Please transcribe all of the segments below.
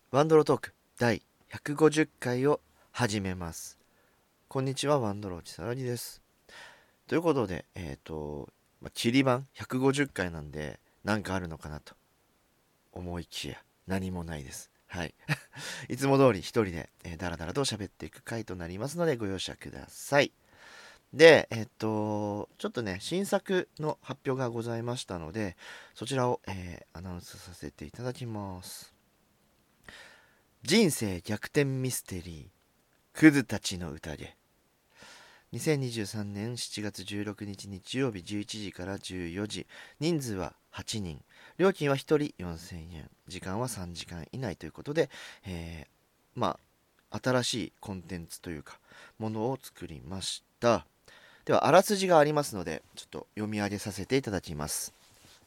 ワンドロートーク第150回を始めます。こんにちは、ワンドローチサラリです。ということで、切り版150回なんで、なんかあるのかなと思いきや、何もないです。はい。いつも通り一人で、ダラダラと喋っていく回となりますので、ご容赦ください。で、ちょっとね、新作の発表がございましたので、そちらを、アナウンスさせていただきます。人生逆転ミステリー、クズたちの宴。2023年7月16日日曜日11時から14時。人数は8人。料金は1人4000円。時間は3時間以内ということで、まあ、新しいコンテンツというか、ものを作りました。では、あらすじがありますので、ちょっと読み上げさせていただきます。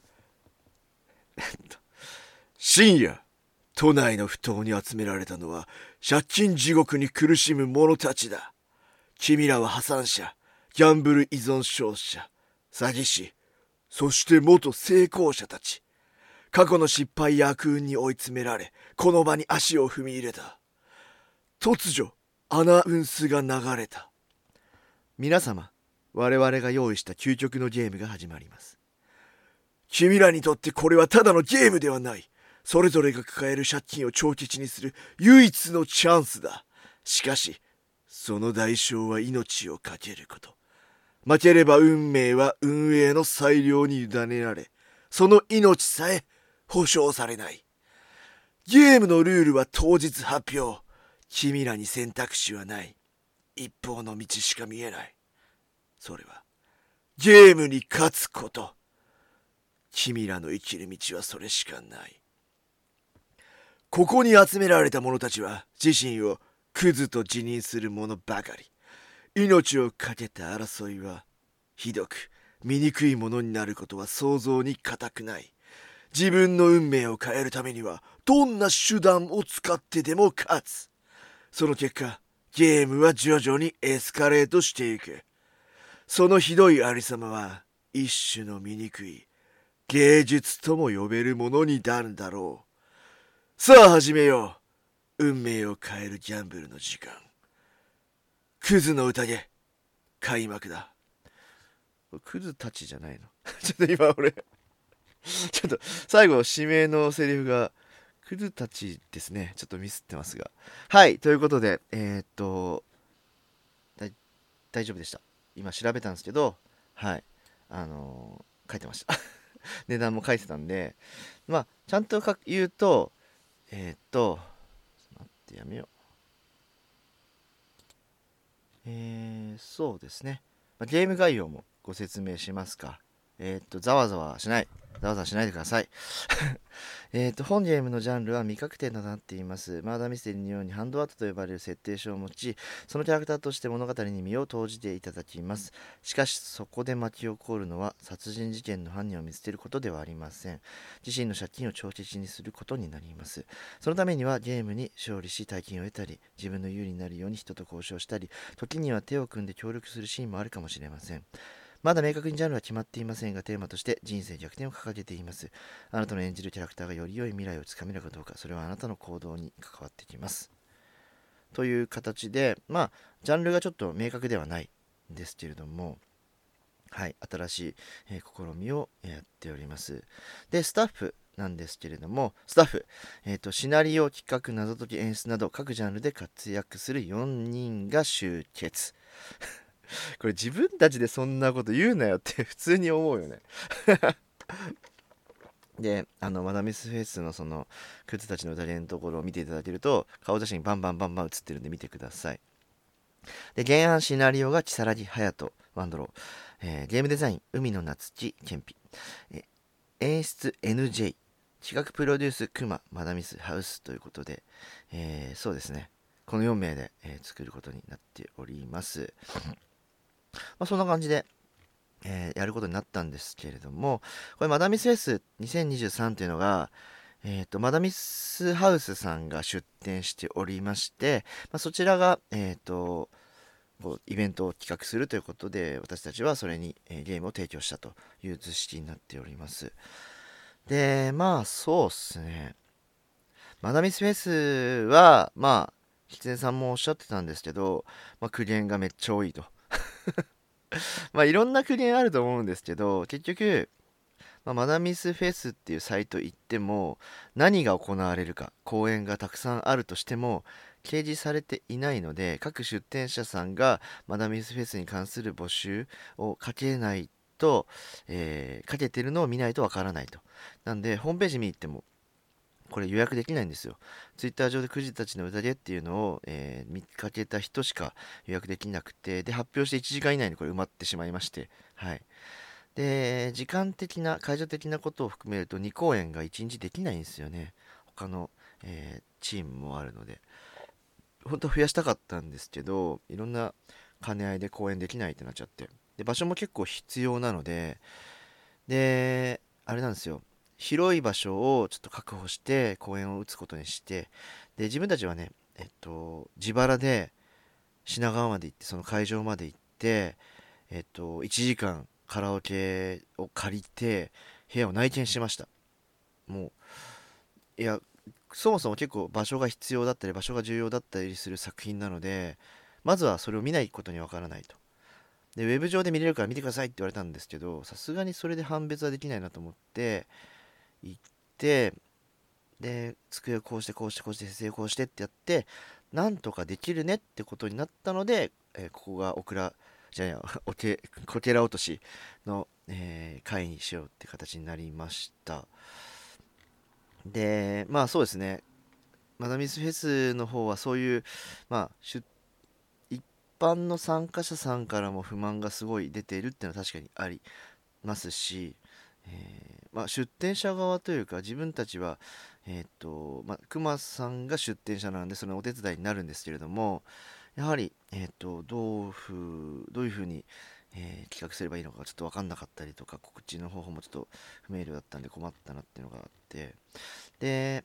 深夜、都内の埠頭に集められたのは、借金地獄に苦しむ者たちだ。君らは破産者、ギャンブル依存症者、詐欺師、そして元成功者たち。過去の失敗や悪運に追い詰められ、この場に足を踏み入れた。突如、アナウンスが流れた。皆様、我々が用意した究極のゲームが始まります。君らにとってこれはただのゲームではない。それぞれが抱える借金を帳消にする唯一のチャンスだ。しかし、その代償は命を懸けること。負ければ運命は運営の裁量に委ねられ、その命さえ保証されない。ゲームのルールは当日発表。君らに選択肢はない。一方の道しか見えない。それは、ゲームに勝つこと。君らの生きる道はそれしかない。ここに集められた者たちは自身をクズと自認する者ばかり。命を懸けた争いはひどく醜いものになることは想像に難くない。自分の運命を変えるためにはどんな手段を使ってでも勝つ。その結果、ゲームは徐々にエスカレートしていく。そのひどいありさまは一種の醜い芸術とも呼べるものになるだろう。さあ始めよう。運命を変えるギャンブルの時間。クズの宴、開幕だ。クズたちじゃないのちょっと今俺ちょっと最後指名のセリフがクズたちですね。ちょっとミスってますが。はい、ということで、大丈夫でした。今調べたんですけど、はい、書いてました値段も書いてたんで、まあ、ちゃんと言うと、待ってやめよう。そうですね。まあゲーム概要もご説明しますか。ざわざわしない。ざわざわしないでください。本ゲームのジャンルは未確定となっています。マーダーミステリーのようにハンドアートと呼ばれる設定書を持ち、そのキャラクターとして物語に身を投じていただきます。しかし、そこで巻き起こるのは殺人事件の犯人を見つけることではありません。自身の借金を帳消しにすることになります。そのためにはゲームに勝利し大金を得たり、自分の有利になるように人と交渉したり、時には手を組んで協力するシーンもあるかもしれません。まだ明確にジャンルは決まっていませんが、テーマとして人生逆転を掲げています。あなたの演じるキャラクターがより良い未来をつかめるかどうか、それはあなたの行動に関わってきます。という形で、まあ、ジャンルがちょっと明確ではないんですけれども、はい、新しい、試みをやっております。で、スタッフなんですけれども、スタッフ、シナリオ、企画、謎解き、演出など各ジャンルで活躍する4人が集結。これ自分たちでそんなこと言うなよって普通に思うよね。で、マダミスフェイスのその、クズたちの宴のところを見ていただけると、顔写真バンバンバンバン写ってるんで見てください。で、原案シナリオが如月隼人、ワンドロー。ゲームデザイン、海野夏樹、ケンピ。演出、NJ。企画プロデュース、クマ、マダミスハウスということで、そうですね。この4名で、作ることになっております。まあ、そんな感じで、やることになったんですけれども、これマダミスフェス2023というのが、マダミスハウスさんが出展しておりまして、まあ、そちらが、こうイベントを企画するということで、私たちはそれに、ゲームを提供したという図式になっております。で、まあそうっすね。 マダミスフェスは、狐さんもおっしゃってたんですけど、クリエンがめっちゃ多いと。いろんなクリエンあると思うんですけど、結局、マダミスフェスっていうサイト行っても、何が行われるか、公演がたくさんあるとしても、掲示されていないので、各出展者さんがマダミスフェスに関する募集をかけないと、かけてるのを見ないとわからないと。なんで、ホームページ見に行っても、これ予約できないんですよ。ツイッター上でくじたちの宴っていうのを、見かけた人しか予約できなくて、で、発表して1時間以内にこれ埋まってしまいまして、はい。で、時間的な、会場的なことを含めると2公演が1日できないんですよね。他の、チームもあるので。本当は増やしたかったんですけど、いろんな兼ね合いで公演できないってなっちゃって。で、場所も結構必要なので、で、あれなんですよ。広い場所をちょっと確保して公演を打つことにして、で、自分たちはね、自腹で品川まで行って、その会場まで行って、1時間カラオケを借りて、部屋を内見しました。もう、いや、そもそも結構場所が必要だったり、場所が重要だったりする作品なので、まずはそれを見ないことにわからないと。で、ウェブ上で見れるから見てくださいって言われたんですけど、さすがにそれで判別はできないなと思って、行って、で、机をこうしてこうしてこうして成功してってやって、なんとかできるねってことになったので、ここがオクラ、じゃあや、こけら落としの、会にしようって形になりました。で、そうですね、マダミスフェスの方はそういう、まあ、一般の参加者さんからも不満がすごい出ているっていうのは確かにありますし、出店者側というか自分たちは、熊さんが出店者なのでそのお手伝いになるんですけれども、やはり、どういうふうに、企画すればいいのかちょっと分かんなかったりとか、告知の方法もちょっと不明瞭だったんで困ったなっていうのがあって、で、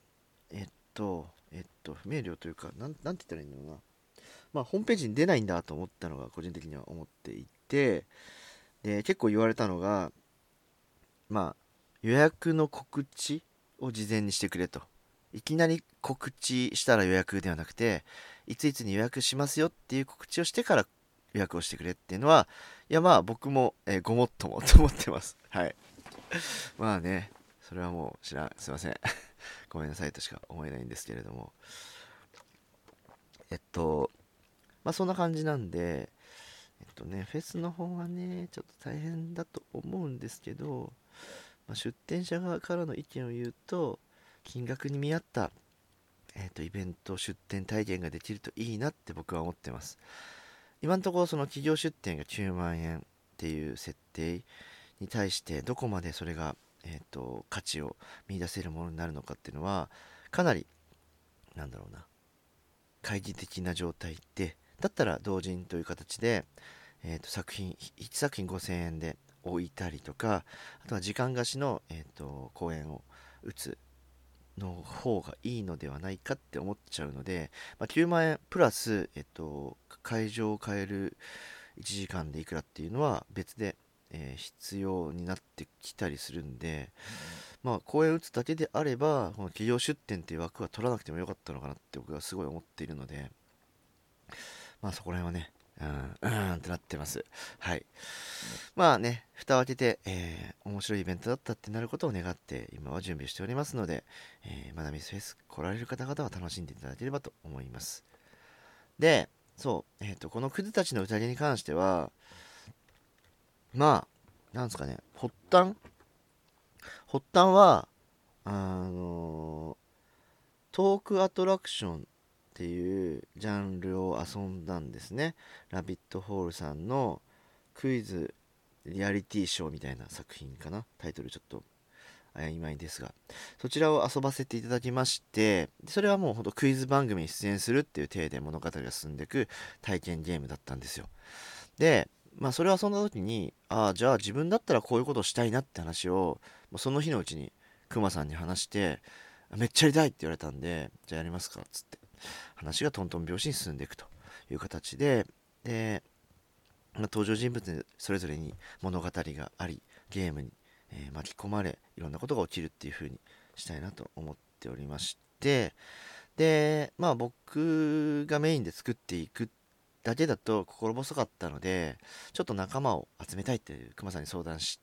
不明瞭というか、なんて言ったらいいんだろうな。ホームページに出ないんだと思ったのが個人的には思っていて、で、結構言われたのが、まあ、予約の告知を事前にしてくれと。いきなり告知したら予約ではなくて、いついつに予約しますよっていう告知をしてから予約をしてくれっていうのは、いや僕も、ごもっともと思ってます。はい。まあね、それはもうすいません。ごめんなさいとしか思えないんですけれども。えっと、そんな感じなんで、フェスの方はね、ちょっと大変だと思うんですけど、出店者側からの意見を言うと、金額に見合った、イベント出店体験ができるといいなって僕は思ってます。今のところその企業出店が9万円っていう設定に対してどこまでそれが、価値を見出せるものになるのかっていうのはかなりなんだろうな懐疑的な状態で、だったら同人という形で、作品1作品5000円で置いたりとか、あとは時間貸しの、公演を打つの方がいいのではないかって思っちゃうので、9万円プラス、会場を変える1時間でいくらっていうのは別で、必要になってきたりするんで、公演打つだけであればこの企業出展っていう枠は取らなくてもよかったのかなって僕はすごい思っているので、そこら辺はね、ってなってます。はい。蓋を開けて、面白いイベントだったってなることを願って今は準備しておりますので、マダミスフェス来られる方々は楽しんでいただければと思います。で、そう、このクズたちの宴に関しては、なんですかね、発端は、あのトークアトラクションっていうジャンルを遊んだんですね。ラビットホールさんのクイズリアリティショーみたいな作品かな。タイトルちょっと曖昧ですが、そちらを遊ばせていただきまして、それはもうほんとクイズ番組に出演するっていう体で物語が進んでいく体験ゲームだったんですよ。で、それを遊んだ時に、じゃあ自分だったらこういうことをしたいなって話をもうその日のうちにクマさんに話して、めっちゃやりたいって言われたんで、じゃあやりますかっつって話がトントン拍子に進んでいくという形で、で、登場人物それぞれに物語があり、ゲームに、巻き込まれいろんなことが起きるっていう風にしたいなと思っておりました。 、で僕がメインで作っていくだけだと心細かったので、ちょっと仲間を集めたいっていう熊さんに相談して、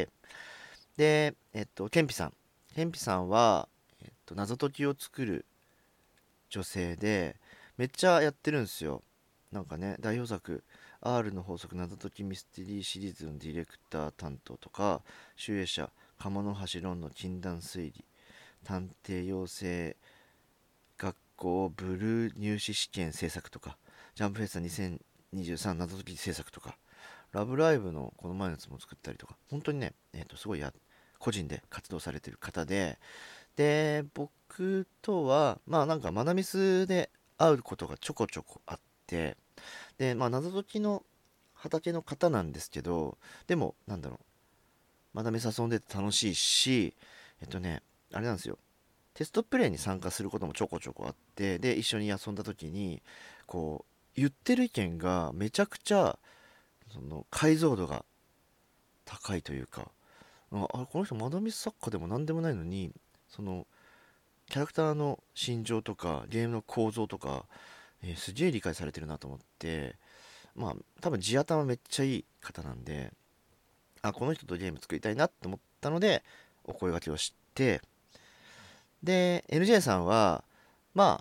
でケンピさんは、謎解きを作る女性で、めっちゃやってるんですよ。なんかね、代表作 R の法則謎解きミステリーシリーズのディレクター担当とか、集英社鴨の橋論の禁断推理、探偵養成学校ブルー入試試験制作とか、ジャンプフェスタ2023謎解き制作とか、ラブライブのこの前のやつも作ったりとか、本当にね、すごい個人で活動されてる方で、僕とはなんかマナミスで会うことがちょこちょこあって、で謎解きの畑の方なんですけど、でもなんだろう、マナミス遊んでて楽しいし、あれなんですよ、テストプレイに参加することもちょこちょこあって、で一緒に遊んだ時にこう言ってる意見がめちゃくちゃその解像度が高いというか、この人マダミス作家でも何でもないのに、そのキャラクターの心情とかゲームの構造とか、すげえ理解されてるなと思って、多分地頭めっちゃいい方なんで、この人とゲーム作りたいなって思ったのでお声掛けをして、で NJ さんはまあ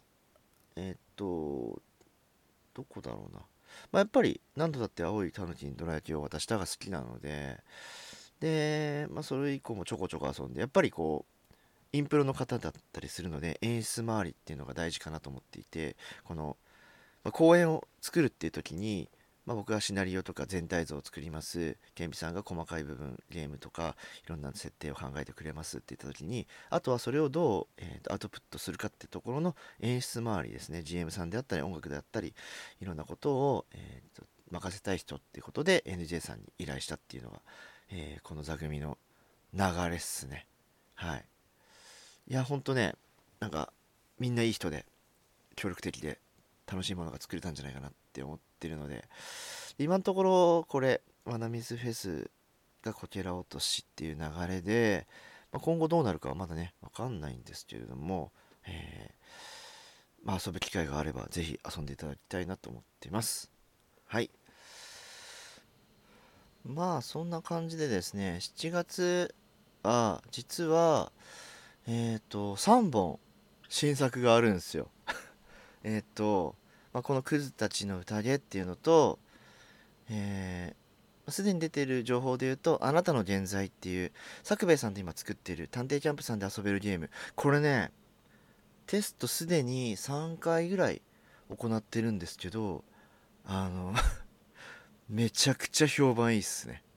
どこだろうな、やっぱり何度だって青いタヌキにどら焼きを渡したが好きなので、それ以降もちょこちょこ遊んで、やっぱりこうインプロの方だったりするので演出周りっていうのが大事かなと思っていて、この、公演を作るっていう時に、僕がシナリオとか全体像を作ります、ケンピさんが細かい部分ゲームとかいろんな設定を考えてくれますって言った時に、あとはそれをどう、アウトプットするかってところの演出周りですね、 GM さんであったり音楽であったりいろんなことを、任せたい人っていうことで NJ さんに依頼したっていうのが、この座組の流れっすね。はい。いやほんとね、なんかみんないい人で協力的で楽しいものが作れたんじゃないかなって思ってるので、今のところこれワナミズフェスがこけら落としっていう流れで、今後どうなるかはまだね分かんないんですけれども、遊ぶ機会があればぜひ遊んでいただきたいなと思っています。はい。そんな感じでですね、7月は実は3本新作があるんですよ。このクズたちの宴っていうのと、すでに出ている情報で言うと、あなたの現在っていう、作兵衛さんと今作っている探偵キャンプさんで遊べるゲーム。これね、テストすでに3回ぐらい行ってるんですけど、あのめちゃくちゃ評判いいっすね。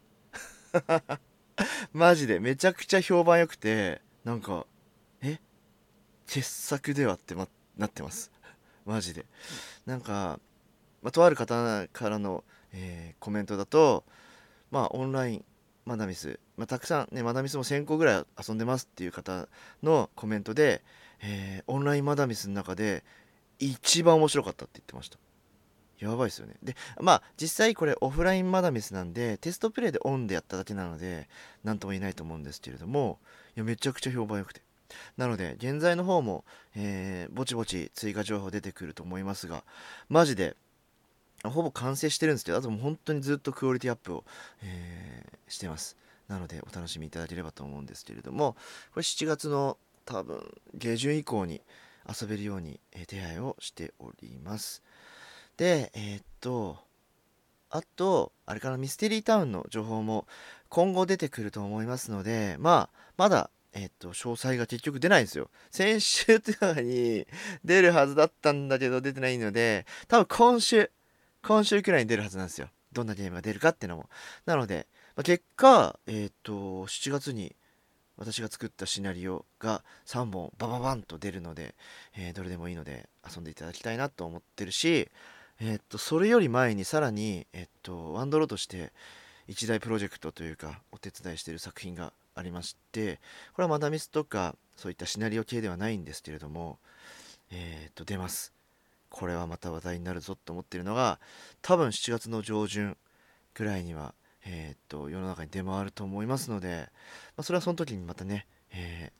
マジでめちゃくちゃ評判良くて、なんか、え傑作ではって、なってます。マジで。なんか、とある方からの、コメントだと、オンラインマダミス、たくさんね、マダミスも1000個ぐらい遊んでますっていう方のコメントで、オンラインマダミスの中で一番面白かったって言ってました。やばいですよね。で実際これオフラインマダミスなんでテストプレイでオンでやっただけなので何とも言えないと思うんですけれども、いやめちゃくちゃ評判良くて、なので現在の方も、ぼちぼち追加情報出てくると思いますが、マジでほぼ完成してるんですけど、あともう本当にずっとクオリティアップを、してます。なのでお楽しみいただければと思うんですけれども、これ7月の多分下旬以降に遊べるように、手配をしております。であとあれかな、ミステリータウンの情報も今後出てくると思いますので、まだ詳細が結局出ないんですよ。先週とかに出るはずだったんだけど出てないので、多分今週くらいに出るはずなんですよ。どんなゲームが出るかっていうのも。なので、結果、7月に私が作ったシナリオが3本バババンと出るので、どれでもいいので遊んでいただきたいなと思ってるし、それより前にさらに、ワンドローとして一大プロジェクトというかお手伝いしている作品がありまして、これはマダミスとかそういったシナリオ系ではないんですけれども、出ます。これはまた話題になるぞと思っているのが、多分7月の上旬くらいには、世の中に出回ると思いますので、それはその時にまたね、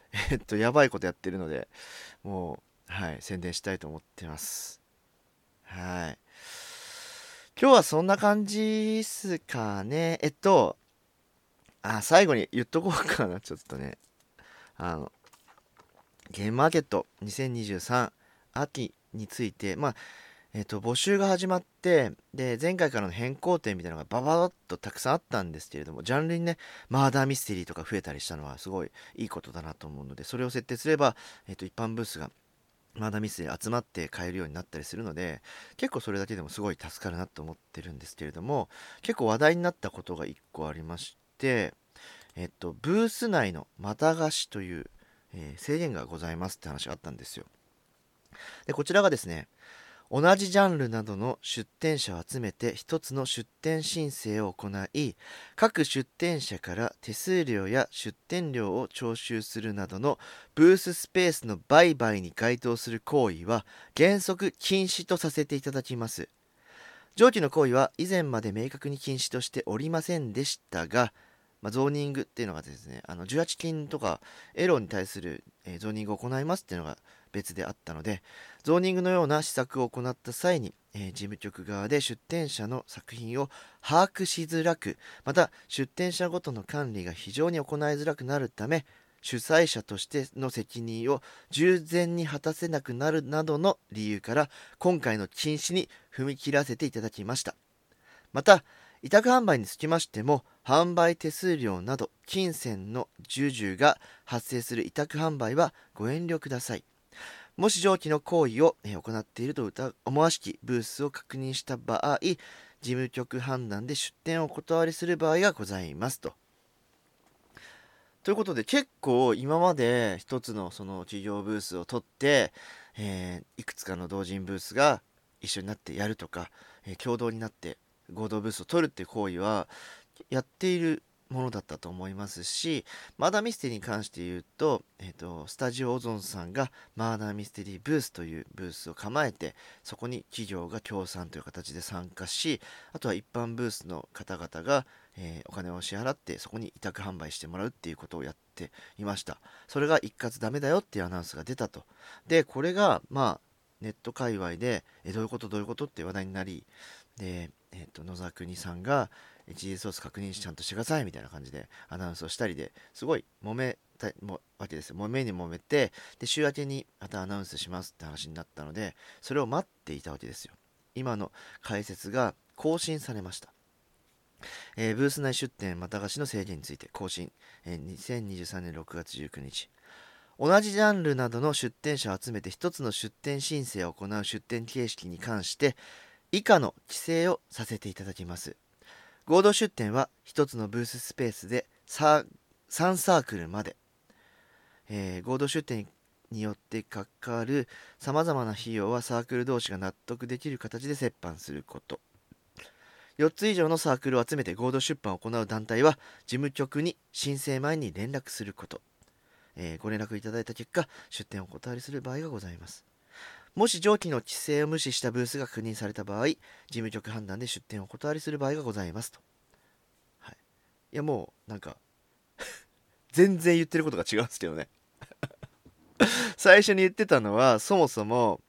やばいことやってるので、もう、はい、宣伝したいと思ってます。はい。今日はそんな感じっすかね。最後に言っとこうかな、ちょっとね。あの、ゲームマーケット2023秋について、募集が始まって、で、前回からの変更点みたいなのがバババッとたくさんあったんですけれども、ジャンルにね、マーダーミステリーとか増えたりしたのはすごいいいことだなと思うので、それを設定すれば、一般ブースがマーダーミステリー集まって買えるようになったりするので、結構それだけでもすごい助かるなと思ってるんですけれども、結構話題になったことが1個ありまして、ブース内のまた貸しという、制限がございますって話があったんですよ。で、こちらがですね、同じジャンルなどの出展者を集めて一つの出展申請を行い、各出展者から手数料や出展料を徴収するなどのブーススペースの売買に該当する行為は原則禁止とさせていただきます。上記の行為は以前まで明確に禁止としておりませんでしたが、ゾーニングっていうのがですね、18金とかエロに対する、ゾーニングを行いますっていうのが別であったので、ゾーニングのような施策を行った際に、事務局側で出展者の作品を把握しづらく、また出展者ごとの管理が非常に行いづらくなるため、主催者としての責任を従前に果たせなくなるなどの理由から今回の禁止に踏み切らせていただきました。また委託販売につきましても、販売手数料など金銭の授受が発生する委託販売はご遠慮ください。もし上記の行為を行っていると思わしきブースを確認した場合、事務局判断で出店をお断りする場合がございますと。ということで、結構今まで一つのその企業ブースを取って、いくつかの同人ブースが一緒になってやるとか、共同になって合同ブースを取るっていう行為はやっているものだったと思いますし、マーダーミステリーに関して言うと、スタジオオゾンさんがマーダーミステリーブースというブースを構えて、そこに企業が協賛という形で参加し、あとは一般ブースの方々が、お金を支払ってそこに委託販売してもらうっていうことをやっていました。それが一括ダメだよっていうアナウンスが出たと。で、これがネット界隈でどういうことどういうことって話題になり、で、野沢国さんが HG ソース確認しちゃんとしてくださいみたいな感じでアナウンスをしたりですごい揉めたわけですよ。揉めに揉めて、で週明けにまたアナウンスしますって話になったので、それを待っていたわけですよ。今の解説が更新されました。ブース内出店また貸しの制限について更新、2023年6月19日。同じジャンルなどの出展者を集めて一つの出展申請を行う出展形式に関して以下の規制をさせていただきます。合同出展は一つのブーススペースで3サークルまで、合同出展によってかかるさまざまな費用はサークル同士が納得できる形で折半すること。4つ以上のサークルを集めて合同出版を行う団体は事務局に申請前に連絡すること。ご連絡いただいた結果、出展をお断りする場合がございます。もし上記の規制を無視したブースが確認された場合、事務局判断で出展をお断りする場合がございますと。はい。いやもうなんか全然言ってることが違うんですけどね。最初に言ってたのはそもそも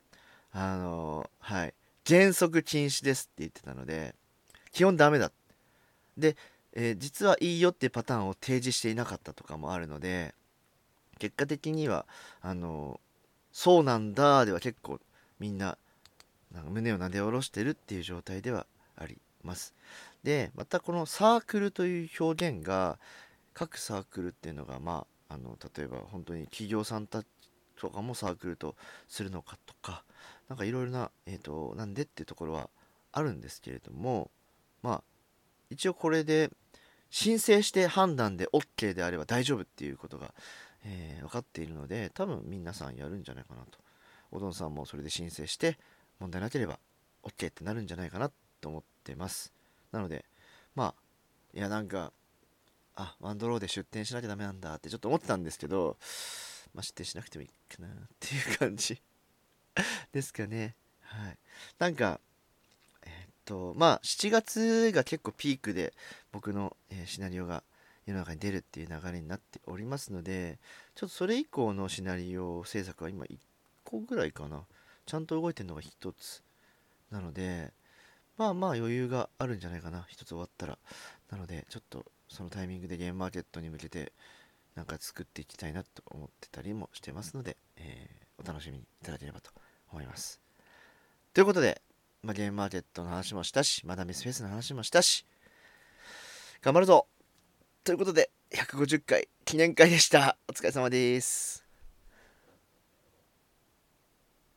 原則禁止ですって言ってたので、基本ダメだ。で、実はいいよっていうパターンを提示していなかったとかもあるので、結果的にはそうなんだでは結構みんななんか胸をなで下ろしてるっていう状態ではあります。で、またこのサークルという表現が各サークルっていうのが例えば本当に企業さんたちとかもサークルとするのかとか、なんかいろいろななんでっていうところはあるんですけれども、一応これで申請して判断で OK であれば大丈夫っていうことが、分かっているので、多分皆さんやるんじゃないかなと。おどんさんもそれで申請して問題なければ OK ってなるんじゃないかなと思ってます。なのでいやなんかワンドローで出店しなきゃダメなんだってちょっと思ってたんですけど、出店しなくてもいいかなっていう感じですかね。はい。なんか7月が結構ピークで僕の、シナリオが世の中に出るっていう流れになっておりますので、ちょっとそれ以降のシナリオ制作は今1個ぐらいかな、ちゃんと動いてるのが1つなので、まあまあ余裕があるんじゃないかな、1つ終わったら。なのでちょっとそのタイミングでゲームマーケットに向けてなんか作っていきたいなと思ってたりもしてますので、お楽しみにいただければと思います。ということで、ゲームマーケットの話もしたし、マダミスフェスの話もしたし、頑張るぞということで、150回記念会でした。お疲れ様です。